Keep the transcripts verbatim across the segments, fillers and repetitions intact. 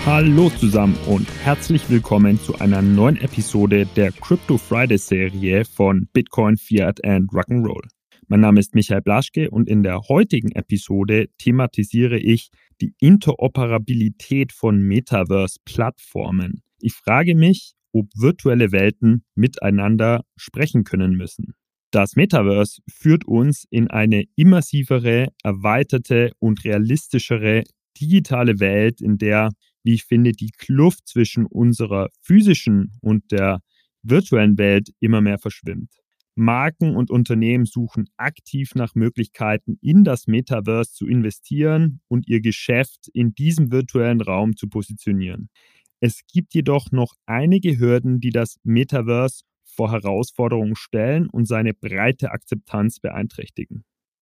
Hallo zusammen und herzlich willkommen zu einer neuen Episode der Crypto Friday Serie von Bitcoin, Fiat and Rock'n'Roll. Mein Name ist Michael Blaschke und in der heutigen Episode thematisiere ich die Interoperabilität von Metaverse-Plattformen. Ich frage mich, ob virtuelle Welten miteinander sprechen können müssen. Das Metaverse führt uns in eine immersivere, erweiterte und realistischere digitale Welt, in der, wie ich finde, die Kluft zwischen unserer physischen und der virtuellen Welt immer mehr verschwimmt. Marken und Unternehmen suchen aktiv nach Möglichkeiten, in das Metaverse zu investieren und ihr Geschäft in diesem virtuellen Raum zu positionieren. Es gibt jedoch noch einige Hürden, die das Metaverse vor Herausforderungen stellen und seine breite Akzeptanz beeinträchtigen.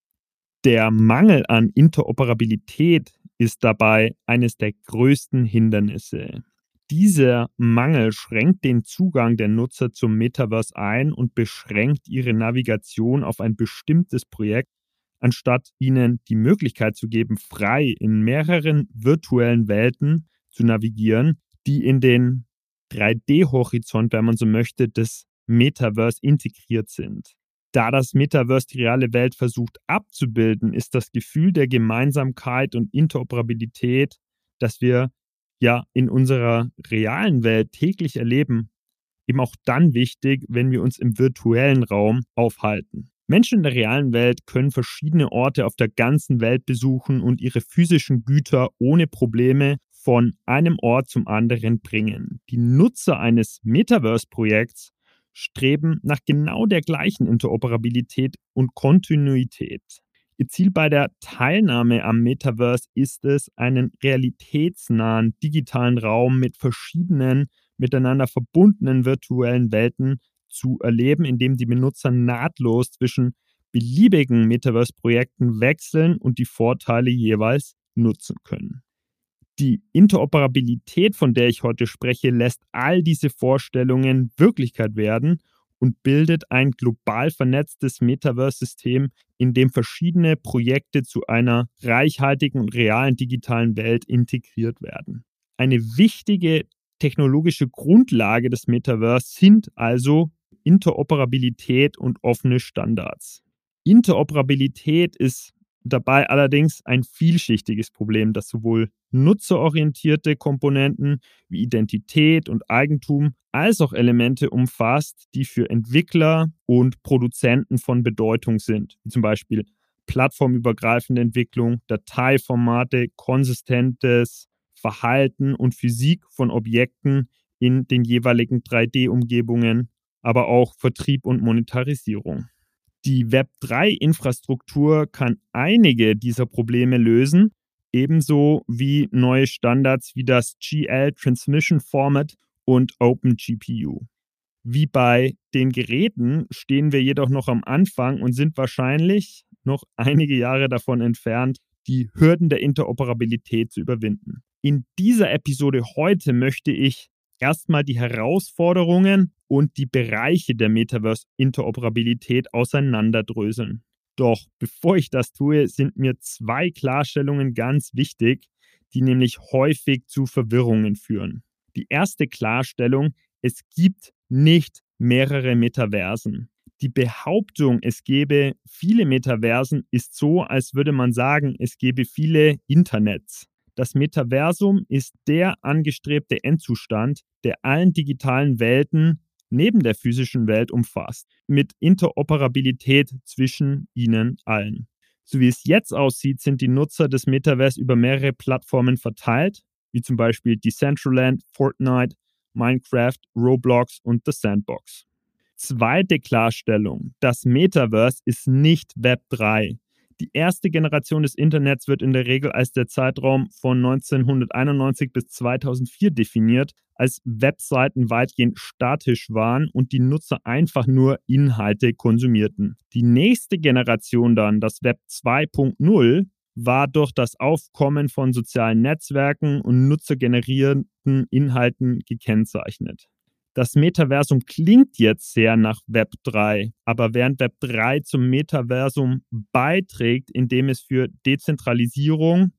Der Mangel an Interoperabilität ist dabei eines der größten Hindernisse. Dieser Mangel schränkt den Zugang der Nutzer zum Metaverse ein und beschränkt ihre Navigation auf ein bestimmtes Projekt, anstatt ihnen die Möglichkeit zu geben, frei in mehreren virtuellen Welten zu navigieren, die in den drei D-Horizont, wenn man so möchte, des Metaverse integriert sind. Da das Metaverse die reale Welt versucht abzubilden, ist das Gefühl der Gemeinsamkeit und Interoperabilität, das wir ja in unserer realen Welt täglich erleben, eben auch dann wichtig, wenn wir uns im virtuellen Raum aufhalten. Menschen in der realen Welt können verschiedene Orte auf der ganzen Welt besuchen und ihre physischen Güter ohne Probleme von einem Ort zum anderen bringen. Die Nutzer eines Metaverse-Projekts streben nach genau der gleichen Interoperabilität und Kontinuität. Ihr Ziel bei der Teilnahme am Metaverse ist es, einen realitätsnahen digitalen Raum mit verschiedenen, miteinander verbundenen virtuellen Welten zu erleben, in dem die Benutzer nahtlos zwischen beliebigen Metaverse-Projekten wechseln und die Vorteile jeweils nutzen können. Die Interoperabilität, von der ich heute spreche, lässt all diese Vorstellungen Wirklichkeit werden und bildet ein global vernetztes Metaverse-System, in dem verschiedene Projekte zu einer reichhaltigen und realen digitalen Welt integriert werden. Eine wichtige technologische Grundlage des Metaverse sind also Interoperabilität und offene Standards. Interoperabilität ist dabei allerdings ein vielschichtiges Problem, das sowohl nutzerorientierte Komponenten wie Identität und Eigentum als auch Elemente umfasst, die für Entwickler und Produzenten von Bedeutung sind, wie zum Beispiel plattformübergreifende Entwicklung, Dateiformate, konsistentes Verhalten und Physik von Objekten in den jeweiligen drei D-Umgebungen, aber auch Vertrieb und Monetarisierung. Die Web drei Infrastruktur kann einige dieser Probleme lösen, ebenso wie neue Standards wie das G L Transmission Format und OpenGPU. Wie bei den Geräten stehen wir jedoch noch am Anfang und sind wahrscheinlich noch einige Jahre davon entfernt, die Hürden der Interoperabilität zu überwinden. In dieser Episode heute möchte ich erstmal die Herausforderungen und die Bereiche der Metaverse-Interoperabilität auseinanderdröseln. Doch bevor ich das tue, sind mir zwei Klarstellungen ganz wichtig, die nämlich häufig zu Verwirrungen führen. Die erste Klarstellung: Es gibt nicht mehrere Metaversen. Die Behauptung, es gäbe viele Metaversen, ist so, als würde man sagen, es gäbe viele Internets. Das Metaversum ist der angestrebte Endzustand, der allen digitalen Welten neben der physischen Welt umfasst, mit Interoperabilität zwischen ihnen allen. So wie es jetzt aussieht, sind die Nutzer des Metaverse über mehrere Plattformen verteilt, wie zum Beispiel Decentraland, Fortnite, Minecraft, Roblox und The Sandbox. Zweite Klarstellung: Das Metaverse ist nicht Web drei. Die erste Generation des Internets wird in der Regel als der Zeitraum von neunzehnhunderteinundneunzig bis zweitausendvier definiert, als Webseiten weitgehend statisch waren und die Nutzer einfach nur Inhalte konsumierten. Die nächste Generation dann, das Web zwei Punkt null, war durch das Aufkommen von sozialen Netzwerken und nutzergenerierten Inhalten gekennzeichnet. Das Metaversum klingt jetzt sehr nach Web drei, aber während Web drei zum Metaversum beiträgt, indem es für Dezentralisierung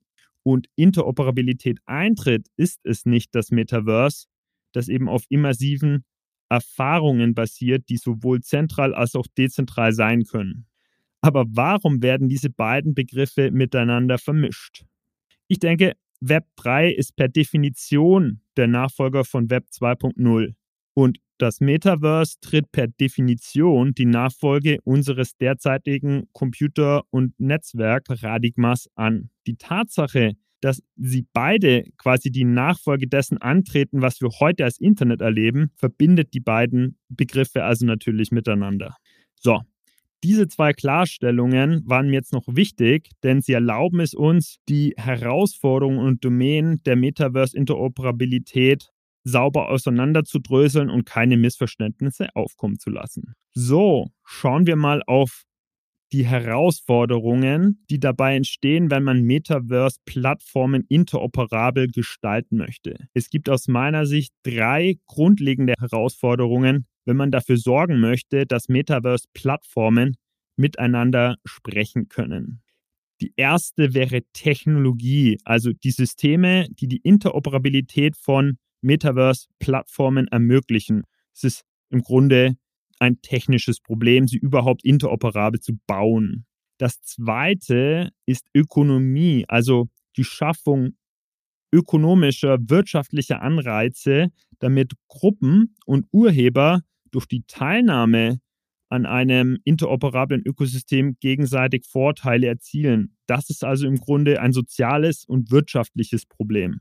und Interoperabilität eintritt, ist es nicht das Metaverse, das eben auf immersiven Erfahrungen basiert, die sowohl zentral als auch dezentral sein können. Aber warum werden diese beiden Begriffe miteinander vermischt? Ich denke, Web drei ist per Definition der Nachfolger von Web zwei Punkt null. Und das Metaverse tritt per Definition die Nachfolge unseres derzeitigen Computer- und Netzwerkparadigmas an. Die Tatsache, dass sie beide quasi die Nachfolge dessen antreten, was wir heute als Internet erleben, verbindet die beiden Begriffe also natürlich miteinander. So, diese zwei Klarstellungen waren mir jetzt noch wichtig, denn sie erlauben es uns, die Herausforderungen und Domänen der Metaverse-Interoperabilität sauber auseinanderzudröseln und keine Missverständnisse aufkommen zu lassen. So, schauen wir mal auf die Herausforderungen, die dabei entstehen, wenn man Metaverse-Plattformen interoperabel gestalten möchte. Es gibt aus meiner Sicht drei grundlegende Herausforderungen, wenn man dafür sorgen möchte, dass Metaverse-Plattformen miteinander sprechen können. Die erste wäre Technologie, also die Systeme, die die Interoperabilität von Metaverse-Plattformen ermöglichen. Es ist im Grunde ein technisches Problem, sie überhaupt interoperabel zu bauen. Das zweite ist Ökonomie, also die Schaffung ökonomischer, wirtschaftlicher Anreize, damit Gruppen und Urheber durch die Teilnahme an einem interoperablen Ökosystem gegenseitig Vorteile erzielen. Das ist also im Grunde ein soziales und wirtschaftliches Problem.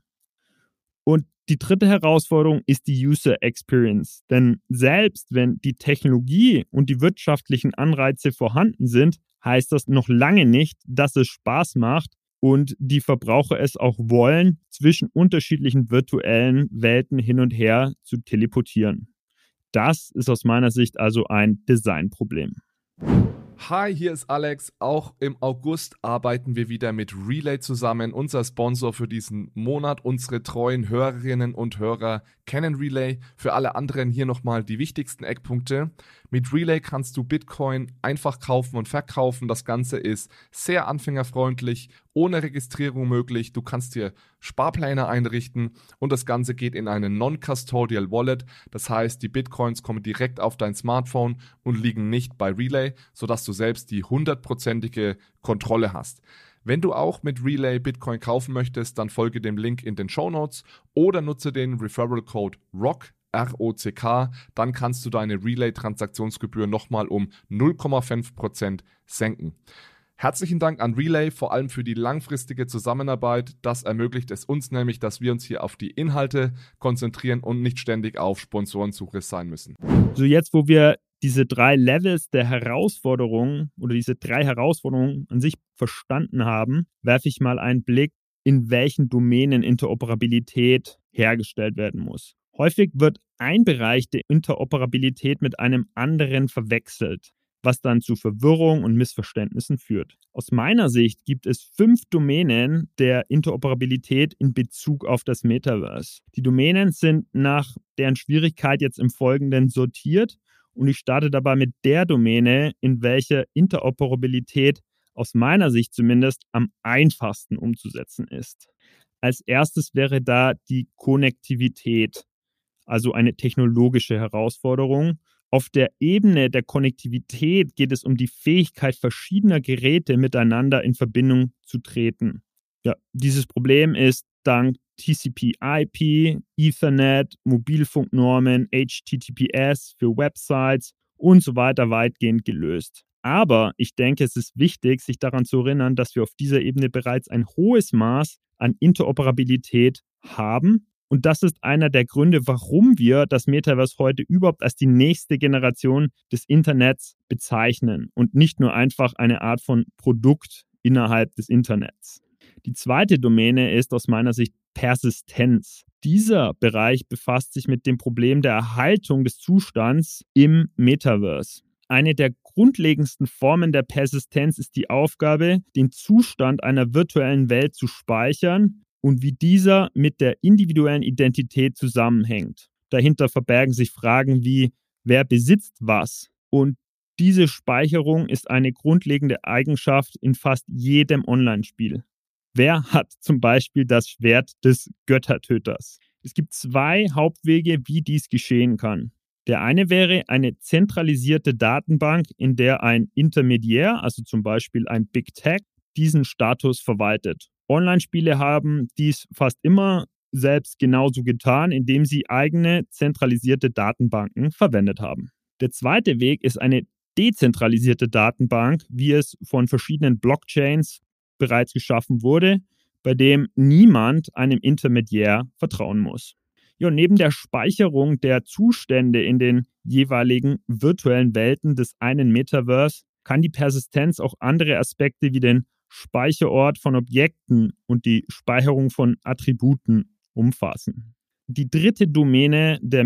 Und die dritte Herausforderung ist die User Experience. Denn selbst wenn die Technologie und die wirtschaftlichen Anreize vorhanden sind, heißt das noch lange nicht, dass es Spaß macht und die Verbraucher es auch wollen, zwischen unterschiedlichen virtuellen Welten hin und her zu teleportieren. Das ist aus meiner Sicht also ein Designproblem. Hi, hier ist Alex. Auch im August arbeiten wir wieder mit Relay zusammen, unser Sponsor für diesen Monat. Unsere treuen Hörerinnen und Hörer kennen Relay. Für alle anderen hier nochmal die wichtigsten Eckpunkte. Mit Relay kannst du Bitcoin einfach kaufen und verkaufen. Das Ganze ist sehr anfängerfreundlich, ohne Registrierung möglich. Du kannst dir Sparpläne einrichten und das Ganze geht in eine Non-Custodial Wallet. Das heißt, die Bitcoins kommen direkt auf dein Smartphone und liegen nicht bei Relay, sodass du selbst die hundertprozentige Kontrolle hast. Wenn du auch mit Relay Bitcoin kaufen möchtest, dann folge dem Link in den Shownotes oder nutze den Referral Code R O C K, R O C K, dann kannst du deine Relay-Transaktionsgebühr nochmal um null Komma fünf Prozent senken. Herzlichen Dank an Relay, vor allem für die langfristige Zusammenarbeit. Das ermöglicht es uns nämlich, dass wir uns hier auf die Inhalte konzentrieren und nicht ständig auf Sponsorensuche sein müssen. So, jetzt, wo wir diese drei Levels der Herausforderungen oder diese drei Herausforderungen an sich verstanden haben, werfe ich mal einen Blick, in welchen Domänen Interoperabilität hergestellt werden muss. Häufig wird ein Bereich der Interoperabilität mit einem anderen verwechselt, was dann zu Verwirrung und Missverständnissen führt. Aus meiner Sicht gibt es fünf Domänen der Interoperabilität in Bezug auf das Metaverse. Die Domänen sind nach deren Schwierigkeit jetzt im Folgenden sortiert und ich starte dabei mit der Domäne, in welcher Interoperabilität aus meiner Sicht zumindest am einfachsten umzusetzen ist. Als erstes wäre da die Konnektivität, also eine technologische Herausforderung. Auf der Ebene der Konnektivität geht es um die Fähigkeit verschiedener Geräte miteinander in Verbindung zu treten. Ja, dieses Problem ist dank T C P I P, Ethernet, Mobilfunknormen, H T T P S für Websites und so weiter weitgehend gelöst. Aber ich denke, es ist wichtig, sich daran zu erinnern, dass wir auf dieser Ebene bereits ein hohes Maß an Interoperabilität haben. Und das ist einer der Gründe, warum wir das Metaverse heute überhaupt als die nächste Generation des Internets bezeichnen und nicht nur einfach eine Art von Produkt innerhalb des Internets. Die zweite Domäne ist aus meiner Sicht Persistenz. Dieser Bereich befasst sich mit dem Problem der Erhaltung des Zustands im Metaverse. Eine der grundlegendsten Formen der Persistenz ist die Aufgabe, den Zustand einer virtuellen Welt zu speichern und wie dieser mit der individuellen Identität zusammenhängt. Dahinter verbergen sich Fragen wie, wer besitzt was? Und diese Speicherung ist eine grundlegende Eigenschaft in fast jedem Online-Spiel. Wer hat zum Beispiel das Schwert des Göttertöters? Es gibt zwei Hauptwege, wie dies geschehen kann. Der eine wäre eine zentralisierte Datenbank, in der ein Intermediär, also zum Beispiel ein Big Tech, diesen Status verwaltet. Online-Spiele haben dies fast immer selbst genauso getan, indem sie eigene zentralisierte Datenbanken verwendet haben. Der zweite Weg ist eine dezentralisierte Datenbank, wie es von verschiedenen Blockchains bereits geschaffen wurde, bei dem niemand einem Intermediär vertrauen muss. Ja, neben der Speicherung der Zustände in den jeweiligen virtuellen Welten des einen Metaverse kann die Persistenz auch andere Aspekte wie den Speicherort von Objekten und die Speicherung von Attributen umfassen. Die dritte Domäne der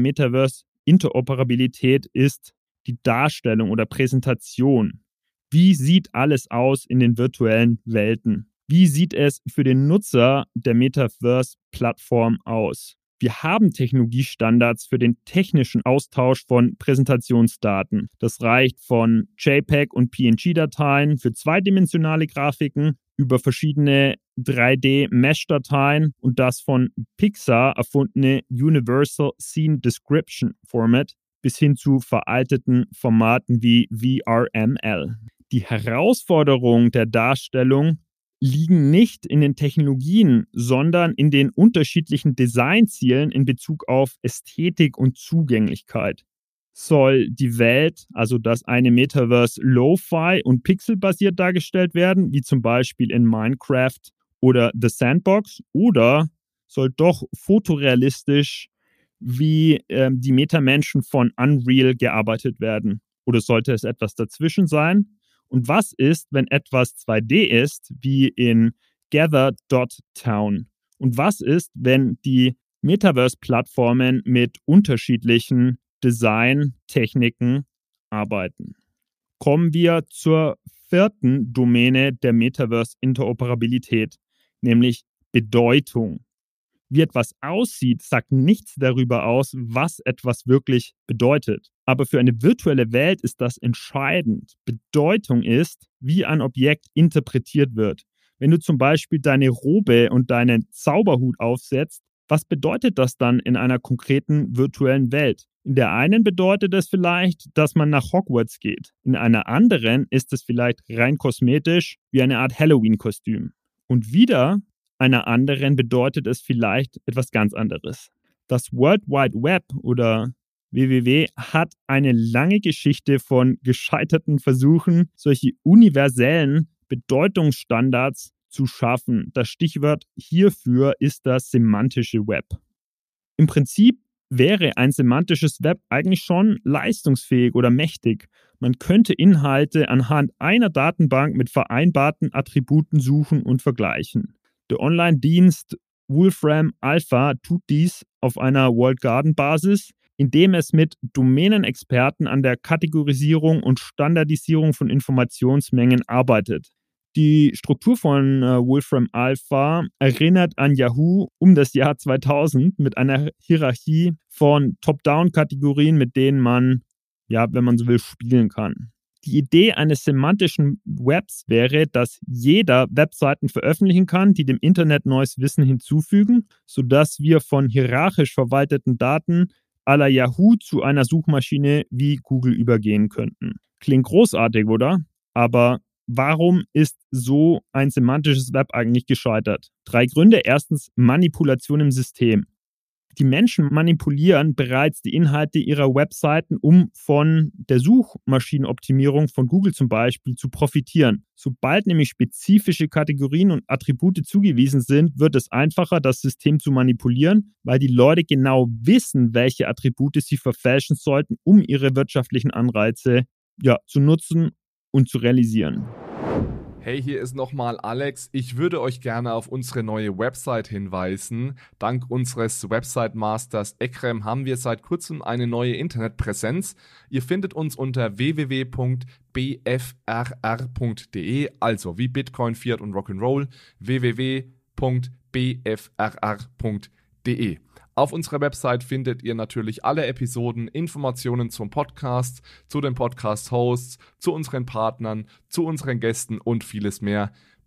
Metaverse-Interoperabilität ist die Darstellung oder Präsentation. Wie sieht alles aus in den virtuellen Welten? Wie sieht es für den Nutzer der Metaverse-Plattform aus? Wir haben Technologiestandards für den technischen Austausch von Präsentationsdaten. Das reicht von JPEG und P N G-Dateien für zweidimensionale Grafiken über verschiedene drei D-Mesh-Dateien und das von Pixar erfundene Universal Scene Description Format bis hin zu veralteten Formaten wie V R M L. Die Herausforderung der Darstellung liegen nicht in den Technologien, sondern in den unterschiedlichen Designzielen in Bezug auf Ästhetik und Zugänglichkeit. Soll die Welt, also das eine Metaverse, Lo-Fi und pixelbasiert dargestellt werden, wie zum Beispiel in Minecraft oder The Sandbox, oder soll doch fotorealistisch wie ähm, die Metamenschen von Unreal gearbeitet werden? Oder sollte es etwas dazwischen sein? Und was ist, wenn etwas zwei D ist, wie in Gather.town? Und was ist, wenn die Metaverse-Plattformen mit unterschiedlichen Design-Techniken arbeiten? Kommen wir zur vierten Domäne der Metaverse-Interoperabilität, nämlich Bedeutung. Wie etwas aussieht, sagt nichts darüber aus, was etwas wirklich bedeutet. Aber für eine virtuelle Welt ist das entscheidend. Bedeutung ist, wie ein Objekt interpretiert wird. Wenn du zum Beispiel deine Robe und deinen Zauberhut aufsetzt, was bedeutet das dann in einer konkreten virtuellen Welt? In der einen bedeutet es vielleicht, dass man nach Hogwarts geht. In einer anderen ist es vielleicht rein kosmetisch wie eine Art Halloween-Kostüm. Und wieder einer anderen bedeutet es vielleicht etwas ganz anderes. Das World Wide Web oder W W W hat eine lange Geschichte von gescheiterten Versuchen, solche universellen Bedeutungsstandards zu schaffen. Das Stichwort hierfür ist das semantische Web. Im Prinzip wäre ein semantisches Web eigentlich schon leistungsfähig oder mächtig. Man könnte Inhalte anhand einer Datenbank mit vereinbarten Attributen suchen und vergleichen. Der Online-Dienst Wolfram Alpha tut dies auf einer Walled Garden-Basis, indem es mit Domänenexperten an der Kategorisierung und Standardisierung von Informationsmengen arbeitet. Die Struktur von äh, Wolfram Alpha erinnert an Yahoo um das Jahr zweitausend mit einer Hierarchie von Top-Down-Kategorien, mit denen man, ja, wenn man so will, spielen kann. Die Idee eines semantischen Webs wäre, dass jeder Webseiten veröffentlichen kann, die dem Internet neues Wissen hinzufügen, sodass wir von hierarchisch verwalteten Daten à la Yahoo zu einer Suchmaschine wie Google übergehen könnten. Klingt großartig, oder? Aber warum ist so ein semantisches Web eigentlich gescheitert? Drei Gründe. Erstens, Manipulation im System. Die Menschen manipulieren bereits die Inhalte ihrer Webseiten, um von der Suchmaschinenoptimierung von Google zum Beispiel zu profitieren. Sobald nämlich spezifische Kategorien und Attribute zugewiesen sind, wird es einfacher, das System zu manipulieren, weil die Leute genau wissen, welche Attribute sie verfälschen sollten, um ihre wirtschaftlichen Anreize ja, zu nutzen und zu realisieren. Hey, hier ist nochmal Alex. Ich würde euch gerne auf unsere neue Website hinweisen. Dank unseres Website-Masters Ekrem haben wir seit kurzem eine neue Internetpräsenz. Ihr findet uns unter w w w punkt b f r r punkt d e, also wie Bitcoin, Fiat und Rock'n'Roll, w w w punkt b f r r punkt d e. Auf unserer Website findet ihr natürlich alle Episoden, Informationen zum Podcast, zu den Podcast-Hosts, zu unseren Partnern, zu unseren Gästen und vieles mehr.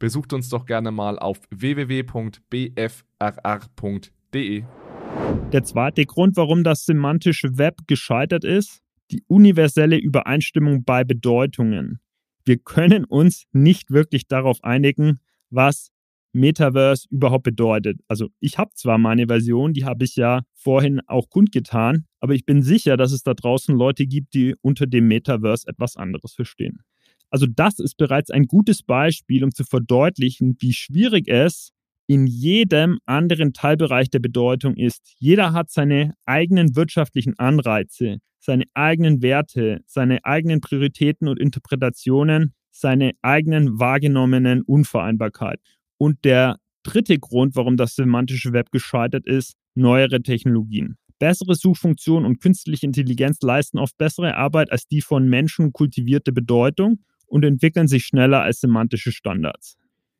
Besucht uns doch gerne mal auf w w w punkt b f r r punkt d e. Der zweite Grund, warum das semantische Web gescheitert ist, die universelle Übereinstimmung bei Bedeutungen. Wir können uns nicht wirklich darauf einigen, was Metaverse überhaupt bedeutet. Also ich habe zwar meine Version, die habe ich ja vorhin auch kundgetan, aber ich bin sicher, dass es da draußen Leute gibt, die unter dem Metaverse etwas anderes verstehen. Also das ist bereits ein gutes Beispiel, um zu verdeutlichen, wie schwierig es in jedem anderen Teilbereich der Bedeutung ist. Jeder hat seine eigenen wirtschaftlichen Anreize, seine eigenen Werte, seine eigenen Prioritäten und Interpretationen, seine eigenen wahrgenommenen Unvereinbarkeiten. Und der dritte Grund, warum das semantische Web gescheitert ist, neuere Technologien. Bessere Suchfunktionen und künstliche Intelligenz leisten oft bessere Arbeit als die von Menschen kultivierte Bedeutung und entwickeln sich schneller als semantische Standards.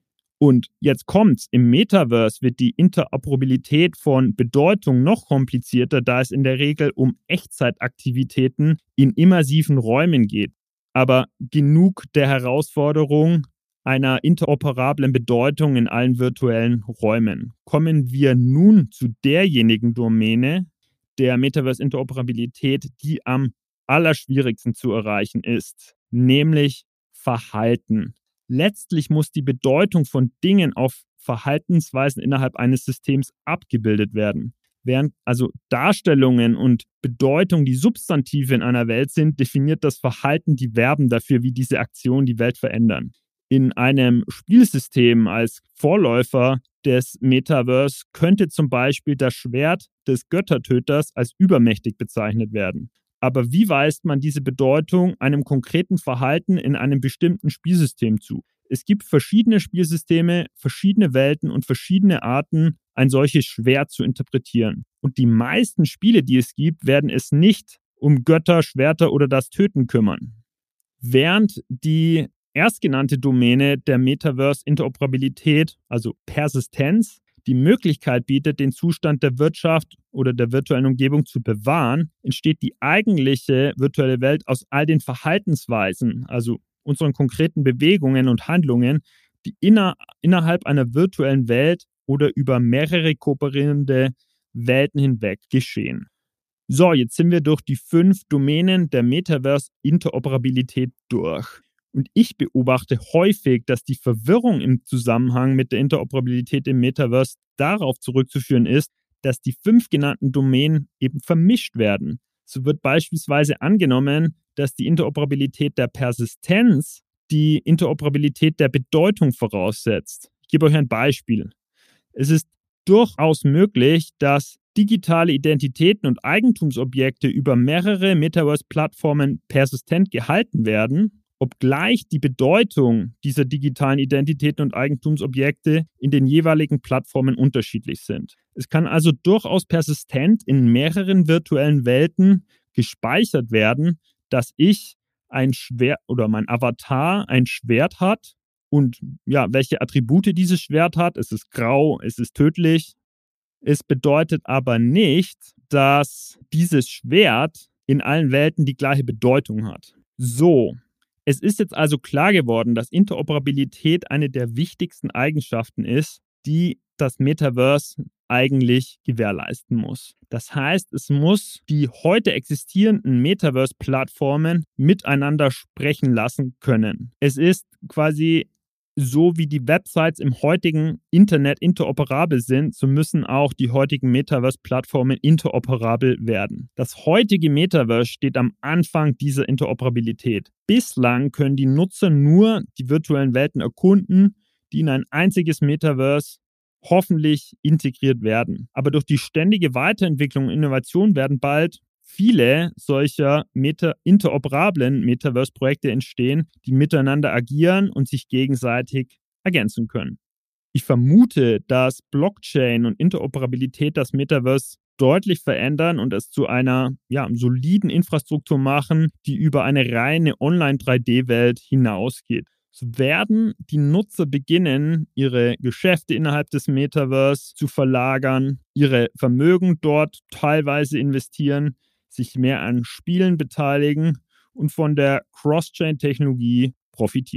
Und jetzt kommt's, im Metaverse wird die Interoperabilität von Bedeutung noch komplizierter, da es in der Regel um Echtzeitaktivitäten in immersiven Räumen geht. Aber genug der Herausforderung einer interoperablen Bedeutung in allen virtuellen Räumen. Kommen wir nun zu derjenigen Domäne der Metaverse-Interoperabilität, die am allerschwierigsten zu erreichen ist, nämlich Verhalten. Letztlich muss die Bedeutung von Dingen auf Verhaltensweisen innerhalb eines Systems abgebildet werden. Während also Darstellungen und Bedeutung die Substantive in einer Welt sind, definiert das Verhalten die Verben dafür, wie diese Aktionen die Welt verändern. In einem Spielsystem als Vorläufer des Metaverse könnte zum Beispiel das Schwert des Göttertöters als übermächtig bezeichnet werden. Aber wie weist man diese Bedeutung einem konkreten Verhalten in einem bestimmten Spielsystem zu? Es gibt verschiedene Spielsysteme, verschiedene Welten und verschiedene Arten, ein solches Schwert zu interpretieren. Und die meisten Spiele, die es gibt, werden es nicht um Götter, Schwerter oder das Töten kümmern. Während die erstgenannte Domäne der Metaverse-Interoperabilität, also Persistenz, die Möglichkeit bietet, den Zustand der Wirtschaft oder der virtuellen Umgebung zu bewahren, entsteht die eigentliche virtuelle Welt aus all den Verhaltensweisen, also unseren konkreten Bewegungen und Handlungen, die inner, innerhalb einer virtuellen Welt oder über mehrere kooperierende Welten hinweg geschehen. So, jetzt sind wir durch die fünf Domänen der Metaverse-Interoperabilität durch. Und ich beobachte häufig, dass die Verwirrung im Zusammenhang mit der Interoperabilität im Metaverse darauf zurückzuführen ist, dass die fünf genannten Domänen eben vermischt werden. So wird beispielsweise angenommen, dass die Interoperabilität der Persistenz die Interoperabilität der Bedeutung voraussetzt. Ich gebe euch ein Beispiel. Es ist durchaus möglich, dass digitale Identitäten und Eigentumsobjekte über mehrere Metaverse-Plattformen persistent gehalten werden, obgleich die Bedeutung dieser digitalen Identitäten und Eigentumsobjekte in den jeweiligen Plattformen unterschiedlich sind. Es kann also durchaus persistent in mehreren virtuellen Welten gespeichert werden, dass ich ein Schwert oder mein Avatar ein Schwert hat und ja, welche Attribute dieses Schwert hat. Es ist grau, es ist tödlich. Es bedeutet aber nicht, dass dieses Schwert in allen Welten die gleiche Bedeutung hat. So. Es ist jetzt also klar geworden, dass Interoperabilität eine der wichtigsten Eigenschaften ist, die das Metaverse eigentlich gewährleisten muss. Das heißt, es muss die heute existierenden Metaverse-Plattformen miteinander sprechen lassen können. Es ist quasi so, wie die Websites im heutigen Internet interoperabel sind, so müssen auch die heutigen Metaverse-Plattformen interoperabel werden. Das heutige Metaverse steht am Anfang dieser Interoperabilität. Bislang können die Nutzer nur die virtuellen Welten erkunden, die in ein einziges Metaverse hoffentlich integriert werden. Aber durch die ständige Weiterentwicklung und Innovation werden bald viele solcher meta- interoperablen Metaverse-Projekte entstehen, die miteinander agieren und sich gegenseitig ergänzen können. Ich vermute, dass Blockchain und Interoperabilität das Metaverse deutlich verändern und es zu einer ja, soliden Infrastruktur machen, die über eine reine Online drei D Welt hinausgeht. So werden die Nutzer beginnen, ihre Geschäfte innerhalb des Metaverse zu verlagern, ihre Vermögen dort teilweise investieren, sich mehr an Spielen beteiligen und von der Cross-Chain-Technologie profitieren.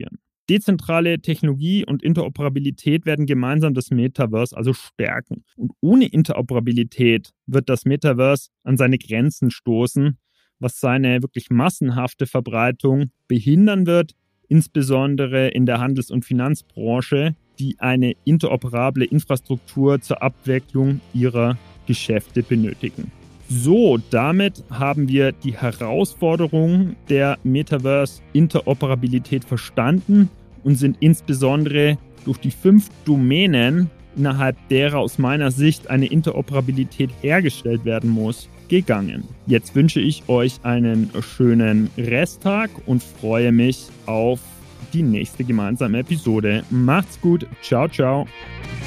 Dezentrale Technologie und Interoperabilität werden gemeinsam das Metaverse also stärken. Und ohne Interoperabilität wird das Metaverse an seine Grenzen stoßen, was seine wirklich massenhafte Verbreitung behindern wird, insbesondere in der Handels- und Finanzbranche, die eine interoperable Infrastruktur zur Abwicklung ihrer Geschäfte benötigen. So, damit haben wir die Herausforderungen der Metaverse-Interoperabilität verstanden und sind insbesondere durch die fünf Domänen, innerhalb derer aus meiner Sicht eine Interoperabilität hergestellt werden muss, gegangen. Jetzt wünsche ich euch einen schönen Resttag und freue mich auf die nächste gemeinsame Episode. Macht's gut. Ciao, ciao.